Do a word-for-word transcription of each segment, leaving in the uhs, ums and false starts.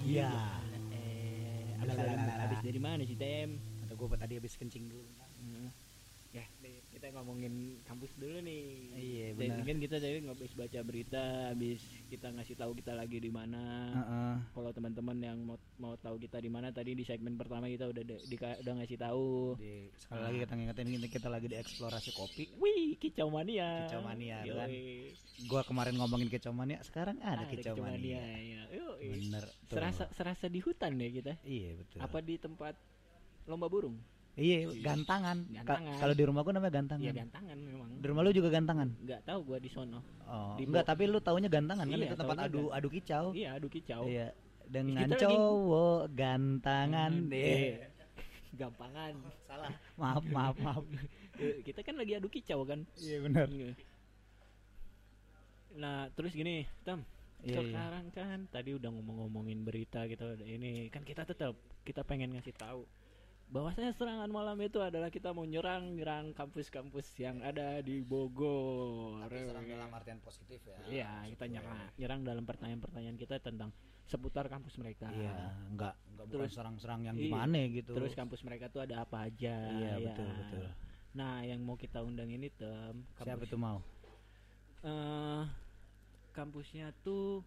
Iya. Eh, habis dari, habis dari mana sih Tem? Atau gue tadi habis kencing dulu. Hmm. Ya, nih, kita ngomongin kampus dulu nih. Iya, Dan benar. kan kita tadi habis baca berita, habis kita ngasih tahu kita lagi di mana. Uh-uh. Kalau teman-teman yang mau mau tahu kita di mana tadi di segmen pertama kita udah de, di, udah ngasih tahu. Di, sekali lagi kita ngingetin kita, kita lagi di eksplorasi kopi. Wih, kicau mania. Kicau mania Yoi. kan. Gua kemarin ngomongin kicau mania, sekarang ada, Ah, kicau mania. Ya. Yoi. Bener. Tuh. Serasa serasa di hutan ya kita. Iya betul. Apa di tempat lomba burung? Iya, gantangan. Gantangan. Ka- kalau di rumah gua namanya gantangan. Iya, gantangan memang. Di rumah lu juga gantangan? Enggak tahu gua di sono. Oh, Di enggak, bo- tapi lu taunya gantangan kan, Iya, itu tempat taunya adu gan- adu kicau. Iya, adu kicau. Iya, dengan Kita lagi- cowok gantangan. Iya. Gampangan. Salah. Maaf, maaf, maaf. Eh, Kita kan lagi adu kicau kan. Iya benar. Iya. Nah, terus gini, Tam. Iya, Sekarang kan tadi udah ngomong-ngomongin berita gitu. Ini kan kita tetap kita pengen ngasih tahu bahwasanya serangan malam itu adalah kita mau nyerang nyerang kampus-kampus yang ada di Bogor. Tapi serang dalam artian positif ya. Iya, kita nyerang nyerang dalam pertanyaan-pertanyaan kita tentang seputar kampus mereka. Iya, enggak enggak bukan Terus- serang-serang yang Iya. gimana gitu. Terus kampus mereka tuh ada apa aja? Iya, ya. betul, betul. Nah, yang mau kita undang ini Tem, Siapa tuh mau? eh kampusnya tuh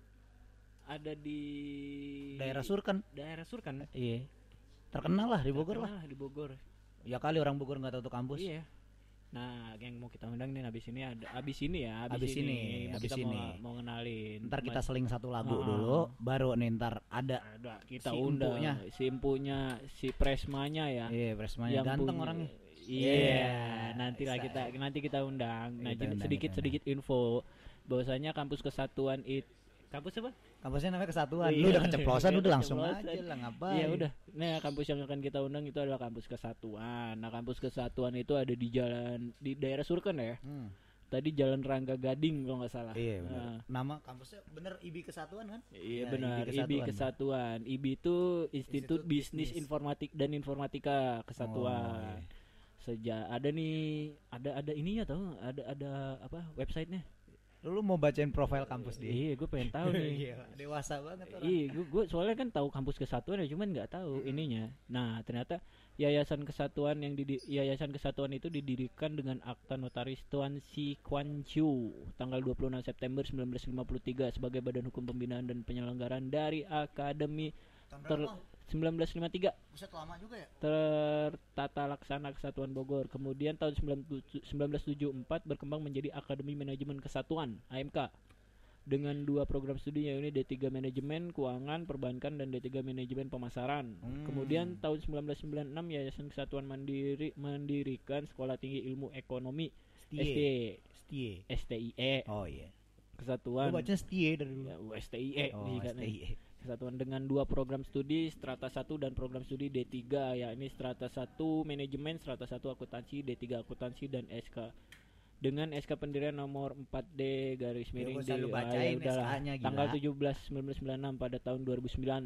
ada di Daerah Surkan. Daerah Surkan. Iya. Terkenal lah di Bogor lah. Terkenal di Bogor. Ya kali orang Bogor nggak tahu tuh kampus. Iya. Nah, yang mau kita undang nih abis ini ada abis ini ya, abis, Abis ini, Mau abis kita ini. Mau, mau kenalin. Ntar kita seling satu lagu Ah. dulu, baru nih ntar ada. ada kita si undang empunya. si empunya, si Presmanya ya. Iya, Presmanya Yang ganteng punya- orangnya. Iya, Iya, nanti lah kita nanti kita undang. Nah, Kita jadi undang, sedikit kita sedikit info bahwasanya kampus kesatuan itu kampus apa? Kampusnya namanya Kesatuan. Iya, Lu udah keceplosan, iya, udah langsung keceplosan. aja lah, ngapain? Iya udah. Nah, kampus yang akan kita undang itu adalah kampus Kesatuan. Nah, kampus Kesatuan itu ada di jalan di daerah Surken ya. Hmm. Tadi Jalan Rangga Gading kalau nggak salah. Iya, benar. Nah, Nama kampusnya bener I B Kesatuan kan? iya Ya, benar, I B Kesatuan. Kesatuan. I B itu Institut Institut Bisnis Bisnis. Informatik dan Informatika Kesatuan. Oh, iya. Sejak ada nih, ada ada ininya tahu, ada ada apa websitenya? Lu, lu mau bacain profil kampus dia? Iya, gue pengen tahu nih. Iya, dewasa banget orang. Iya, gue, gue soalnya kan tahu kampus Kesatuan ya, cuman nggak tahu ininya. Nah, ternyata Yayasan Kesatuan yang di Yayasan Kesatuan itu didirikan dengan akta notaris Tuan Si Kuan Chu tanggal dua puluh enam September seribu sembilan ratus lima puluh tiga sebagai badan hukum pembinaan dan penyelenggaraan dari Akademi Tahun ter berapa? seribu sembilan ratus lima puluh tiga Buset, lama juga ya? tertata laksana Kesatuan Bogor. Kemudian tahun seribu sembilan ratus tujuh puluh empat berkembang menjadi Akademi Manajemen Kesatuan A M K dengan dua program studi yaitu D tiga Manajemen Keuangan Perbankan dan D tiga Manajemen Pemasaran. Hmm. Kemudian tahun seribu sembilan ratus sembilan puluh enam Yayasan Kesatuan Mandiri mendirikan Sekolah Tinggi Ilmu Ekonomi Stie. S T Stie. S T I E Oh iya. Kesatuan. Lu bacanya Stie dari dulu. Ya, S T I E Oh, disingkatnya. S T I E. Kesatuan dengan dua program studi strata satu dan program studi D tiga yakni strata satu manajemen, strata satu akuntansi, D tiga akuntansi dan S K. Dengan S K pendirian nomor empat D garis miring gak usah D lu bacain ya udahlah. S K-nya, gila. Tanggal tujuh belas seribu sembilan ratus sembilan puluh enam pada tahun dua ribu sembilan.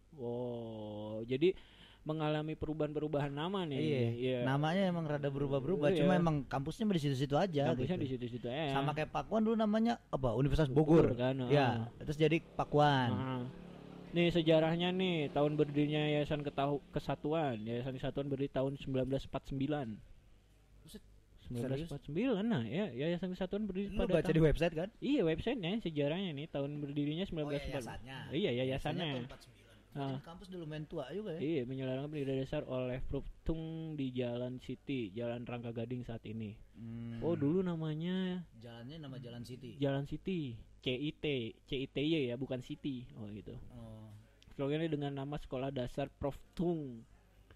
Wow, jadi mengalami perubahan-perubahan nama nih. Iya. Namanya emang rada berubah-berubah, Iya. cuma emang kampusnya di situ-situ aja. Kampusnya gitu. di situ-situ ya. Sama kayak Pakuan dulu namanya apa? Universitas Bogor, Bogor kan, ya. Terus jadi Pakuan. Nah, nih sejarahnya nih tahun berdirinya Yayasan Ketahu Kesatuan. Yayasan Kesatuan berdiri tahun seribu sembilan ratus empat puluh sembilan. Buset, seribu sembilan ratus empat puluh sembilan. Nah, ya Yayasan Kesatuan berdiri lu pada baca tahun- di website kan? Iya, websitenya sejarahnya nih tahun berdirinya seribu sembilan ratus empat puluh. yayasannya. Iya, yayasannya. tahun empat puluh sembilan. Ah. Jadi kampus dulu main tua juga ya. Iya, menjalankan pendidikan dasar oleh Pruptung di Jalan City, Jalan Rangga Gading saat ini. Hmm. Oh, dulu namanya Jalannya nama Jalan City. Jalan City, C I T, C I T Y ya, bukan City. Oh, gitu. Oh. Slogannya dengan nama Sekolah Dasar Prof Tung.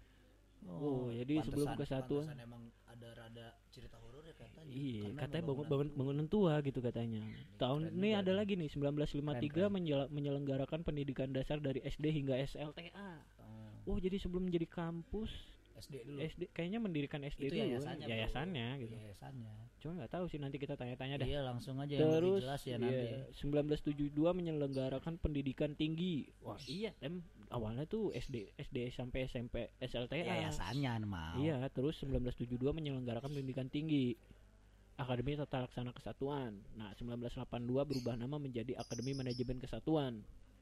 Oh, jadi sebelum Kesatuan. Pantesan emang ada rada cerita horor ya katanya. Iya, Karena katanya bangun, bangunan bangun, bangunan tua gitu katanya. Tahun keren ini juga ada nih. lagi nih seribu sembilan ratus lima puluh tiga Keren, keren. menyel- menyelenggarakan pendidikan dasar dari S D hingga S L T A. Oh, Oh, jadi sebelum menjadi kampus S D dulu. S D kayaknya mendirikan S D Itu dulu, yayasannya. bro. yayasannya gitu. Yayasannya. Cuma nggak tahu sih, nanti kita tanya-tanya dah. Iya, langsung aja yang Terus lebih jelas ya iya, nanti. seribu sembilan ratus tujuh puluh dua menyelenggarakan pendidikan tinggi. Wah, iya, em awalnya tuh S D S D sampai S M P S L T A. Yayasannya mau. Iya, terus seribu sembilan ratus tujuh puluh dua menyelenggarakan pendidikan tinggi. Akademi Tata Laksana Kesatuan. Nah, seribu sembilan ratus delapan puluh dua berubah nama menjadi Akademi Manajemen Kesatuan.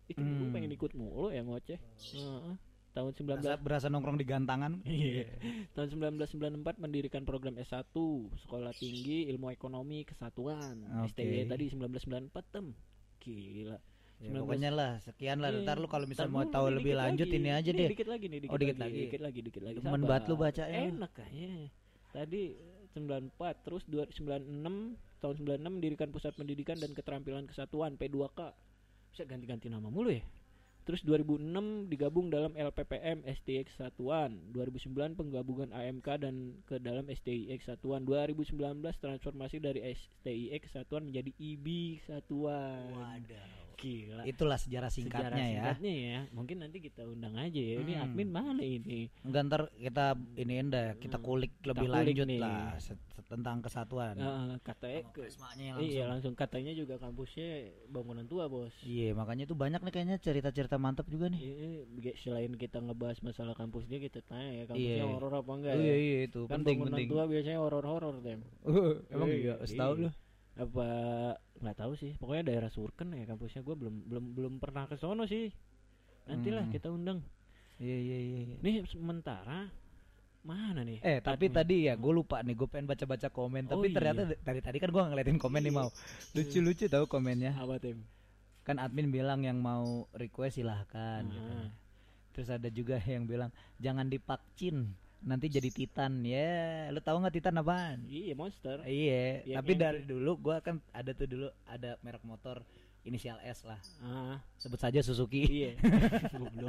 Itu gue Hmm. pengen ikut mulu ya ngoceh. Heeh. Tahun sembilan belas Berasa, berasa nongkrong di gantangan. Iya. Tahun sembilan belas sembilan puluh empat mendirikan program S satu Sekolah Tinggi Ilmu Ekonomi Kesatuan. S T Y Oke. tadi sembilan belas sembilan puluh empat tem. Gila. Ya, sembilan belas pokoknya lah sekian lah. Iya. Ntar lu kalau misalnya Ntar mau dulu, tahu nih, lebih dikit lanjut lagi. ini aja Nih, deh. Dikit lagi nih, dikit, Oh, dikit lagi, lagi. dikit lagi, dikit lagi. Demen Sabar. banget lu bacanya. Enak kayaknya. Tadi sembilan puluh empat terus dua sembilan puluh enam tahun sembilan puluh enam mendirikan Pusat Pendidikan dan Keterampilan Kesatuan P dua K. Bisa ganti-ganti nama mulu ya. Terus dua ribu enam digabung dalam L P P M S T I Kesatuan. dua ribu sembilan penggabungan A M K dan ke dalam S T I Kesatuan. dua ribu sembilan belas transformasi dari S T I Kesatuan menjadi I B I Kesatuan. Waduh. Gila. Itulah sejarah singkatnya Sejarah ya. singkatnya ya. Mungkin nanti kita undang aja ya. Ini Hmm. admin mana ini? Enggak, ntar kita iniin dah, kita kulik Kita lebih kulik lanjut nih. lah se- se- tentang kesatuan. Uh, katanya Sama ke, Prismanya yang iya langsung. langsung katanya juga kampusnya bangunan tua bos. Iya, makanya tuh banyak nih kayaknya cerita-cerita mantap juga nih. Iya, selain kita ngebahas masalah kampusnya kita tanya ya kampusnya Iya. horor apa enggak Oh, ya? iya iya itu Kan penting bangunan penting. tua biasanya horor-horor tem. Uh, emang Iya, iya, setahu iya. lu. Apa nggak tahu sih. Pokoknya daerah Surken ya kampusnya. Gue belum belum belum pernah ke sono sih. Nantilah Hmm. kita undang. Iya iya iya. iya. Nih sementara mana nih? Eh tapi admin? tadi ya gue lupa nih, gue pengen baca-baca komen. Oh, Tapi iya. ternyata d- dari tadi kan gue ngeliatin komen nih, mau lucu-lucu tahu komennya. Apa tem? Kan admin bilang yang mau request silahkan gitu. Ah. Terus ada juga yang bilang jangan dipakcin, nanti jadi Titan. Ya lu tahu nggak Titan apaan? Iya monster. Iya, Yang- tapi yang- dari dulu gua kan ada tuh dulu ada merek motor inisial S lah. Ah, Sebut saja Suzuki. iya. Goblok.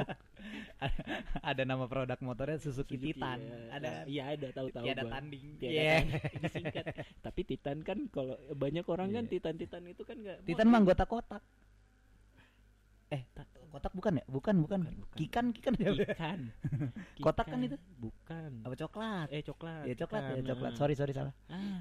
Ada nama produk motornya Suzuki, Suzuki, Titan. ya. Ada Iya ada tahu-tahu tiada gua. tanding. Tiada Iya. tanding, disingkat. Tapi Titan kan kalau banyak orang kan Iya. Titan-Titan itu kan enggak Titan mah anggota kotak. Eh, ta- kotak bukan ya? Bukan, bukan. Bukan, bukan. Kikan, kikan. Ikan. Kotak kan itu? Bukan. Apa coklat? Eh coklat. Ya coklat ya, Bukan. coklat. Sorry, sorry salah. Ah,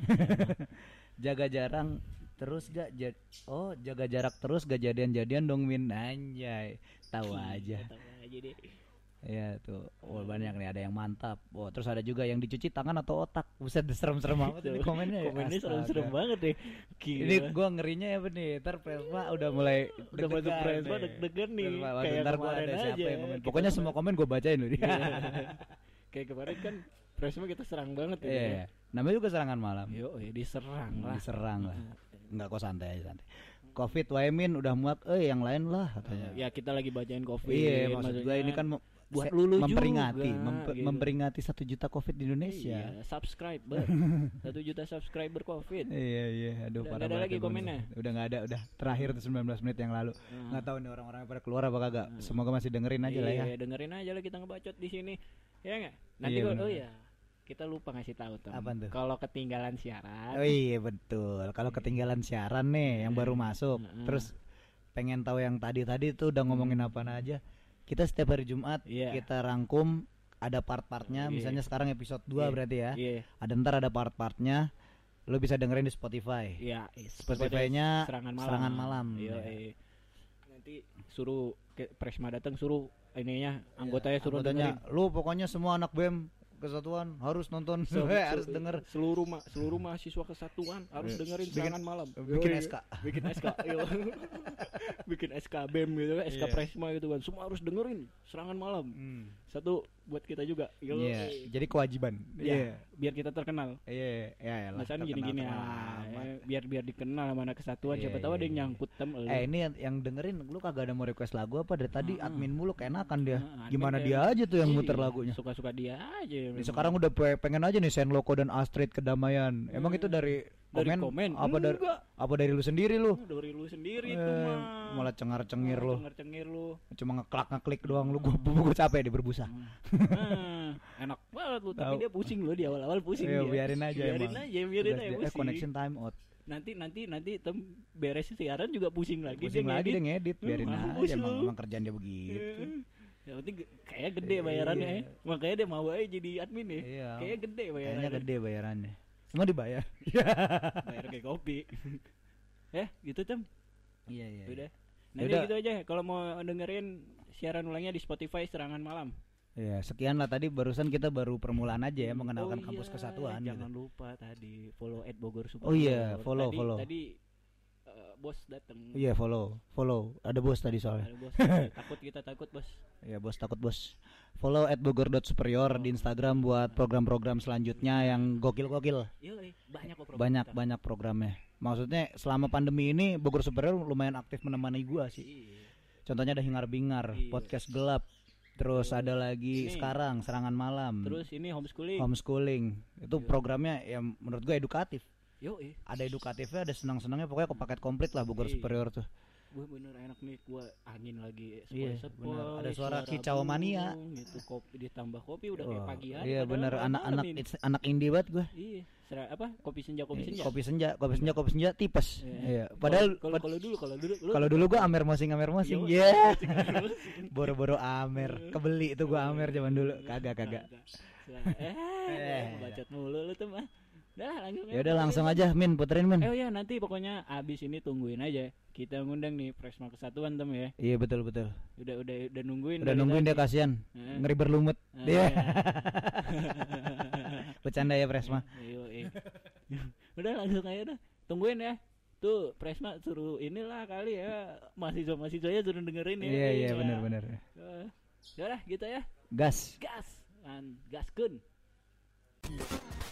Jaga jarang terus gak ja- oh jaga jarak terus gak jadian-jadian dong Min, anjay, tahu aja. Tahu aja deh. Ya tuh, oh banyak nih, ada yang mantap. Oh terus ada juga yang dicuci tangan atau otak. Buset, serem-serem banget ini komennya. ya. Komennya Astaga. serem-serem banget deh. Gila. Ini gua ngerinya ya nih, ntar Presma udah mulai udah masuk deg-degan Presma nih. deg-degan nih. Presma, waduh, Kayak ntar gua kemarin ada siapa aja. yang komen. Kita Pokoknya kemarin- semua komen gua bacain loh. Iya. Kayak kemarin kan Presma kita serang banget gitu Iya, namanya juga serangan malam. ya. Yo, diserang lah. Diserang lah. Enggak, kok santai aja, santai. Covid Waimin udah muak, eh yang lain lah katanya. Ya kita lagi bacain Covid. Iya, maksud gue ini kan mem- buat se- lulu memperingati, juga, mempe- gitu. memperingati satu juta Covid di Indonesia. Iya, subscriber. Satu juta subscriber Covid. Iya iya, aduh Udah parah nggak ada banget lagi ya, Bang. komennya? Udah nggak ada, udah terakhir tuh sembilan belas menit yang lalu. Nah, Nggak tahu nih orang-orang pada keluar apa kagak. Semoga masih dengerin aja lah ya. Iya, dengerin aja lah kita ngebacot di sini. Ya enggak? Nanti Iya, gua, bener. oh ya. Kita lupa ngasih tahu tuh. Apaan tuh? Kalau ketinggalan siaran. Oh iya betul. Kalau ketinggalan siaran nih yang baru masuk, Heeh. terus pengen tahu yang tadi-tadi tuh udah ngomongin apa aja. Kita setiap hari Jumat Iya. kita rangkum, ada part-partnya. Iya. Misalnya sekarang episode dua Iya. berarti ya. Iya. Ada ntar ada part-partnya. Lo bisa dengerin di Spotify. Iya, Spotify-nya serangan malam. Serangan Malam. Iya, Ya. iya. Nanti suruh ke Presma datang suruh ininya anggotanya suruh Anggotanya, dengerin. lu pokoknya semua anak B E M Kesatuan harus nonton, Se- harus se- denger. seluruh ma seluruh mahasiswa kesatuan harus Iya. dengerin Bikin- serangan malam. bikin Yoi. S K. Bikin S K. Yo. Bikin S K B E M gitu kan, S K Iya. Presma gitu kan. Semua harus dengerin serangan malam. Satu buat kita juga. Yo. Iya, jadi kewajiban. Iya, biar kita terkenal. Iya, iya, iya lah. Masan terkenal- gini-gini terkenal ah, amat. ya, biar biar dikenal sama anak kesatuan. Iya, Siapa tahu iya, ada yang iya. nyangkut tem elu. Eh ini yang, yang dengerin, lu kagak ada mau request lagu apa dari tadi? Heeh. Admin mulu keenakan dia. Nah, Gimana admin dia kayak- aja tuh yang Iya, muter lagunya. Suka-suka dia aja. Ini memang. sekarang udah pe- pengen aja nih Sen Loko dan Astrid Kedamaian. Emang Hmm. itu dari Dari komen, komen. apa dari Enggak. apa dari lu sendiri lu? Dari lu sendiri Eh, itu mah. malah cengar-cengir lu. Cengar-cengir lu. Cuma ngeklak ngeklik doang lu. Gua gua capek deh berbusa. Hmm. enak banget lu, tapi Tahu. dia pusing lu di awal-awal pusing Iya, dia. biarin aja biarin emang. aja, biarin Tugas aja dia, eh, pusing. connection time out. Nanti nanti nanti tem beres siaran juga pusing lagi Pusing dia lagi dia ngedit. ngedit, biarin Hmm, aja mampus emang, lu. emang kerjaan dia begitu. Ya penting ge- kayak gede bayarannya Iya. ya. Makanya dia mau aja jadi admin ya. Iya. Kayak gede Kayaknya bayarannya. gede bayarannya. Semua dibayar. Bayar kayak kopi. Eh, gitu tem. Iya iya. Udah. Nanti Yaudah. gitu aja. Kalau mau dengerin siaran ulangnya di Spotify Serangan Malam. Ya, sekian lah tadi barusan kita baru permulaan aja ya mengenalkan Oh kampus iya, kesatuan. Jangan gitu. lupa tadi follow at Bogor Super. Oh iya, follow, tadi, follow. Tadi bos datang. Iya, follow, follow. Ada bos tadi soalnya. Ada bos. Takut kita takut bos. Iya, bos takut bos. Follow at bogor dot superior di Instagram buat program-program selanjutnya yang gokil-gokil. Iya, banyak kok program Banyak kita. banyak programnya. Maksudnya selama pandemi ini Bogor Superior lumayan aktif menemani gua sih. Iya. Contohnya ada Hingar-Bingar, Iya. podcast gelap. Terus ada lagi Ini. sekarang Serangan Malam. Terus ini homeschooling. Homeschooling. Itu Iya. programnya yang menurut gua edukatif. Yo, eh. Ada edukatifnya, ada senang-senangnya, pokoknya paket komplit lah Bogor Iya. Superior tuh. Gue bener enak nih, gue angin lagi Iya, sepoi-sepoi, bener. Ada suara kicau mania. burung gitu, kopi ditambah kopi udah kayak Wah, pagi hari. iya padahal bener, malam anak-anak ini. it's- anak indie banget gua. Iya, sera- apa kopi senja kopi senja. Kopi senja, kopi senja, kopi senja, kopi senja tipes. Iya. Iya. Padahal kalau kalau dulu kalau dulu lu- kalau dulu gua amer mosing amer mosing. Yo, Iya. terus- Boro-boro amer. Kebeli itu gua amer zaman dulu. Kagak kagak. Eh, Eh. bacot mulu lu tuh mah. Udah langsung. Ya udah langsung aja Min, puterin Min. Eh oh ya nanti pokoknya abis ini tungguin aja. Kita ngundang nih Presma Kesatuan tem ya. Iya betul betul. Udah udah udah nungguin. Udah dari nungguin dia tadi. kasihan. Eh. Ngeri berlumut. Eh, Dia. iya. Bercanda ya Presma. Iya, iya. Udah langsung aja dah. Tungguin ya. Tuh Presma suruh inilah kali ya. Mahasiswa-mahasiswanya suruh dengerin ya. Iya iya benar benar. Eh, Udah lah gitu ya. Gas. Gas. An gaskeun.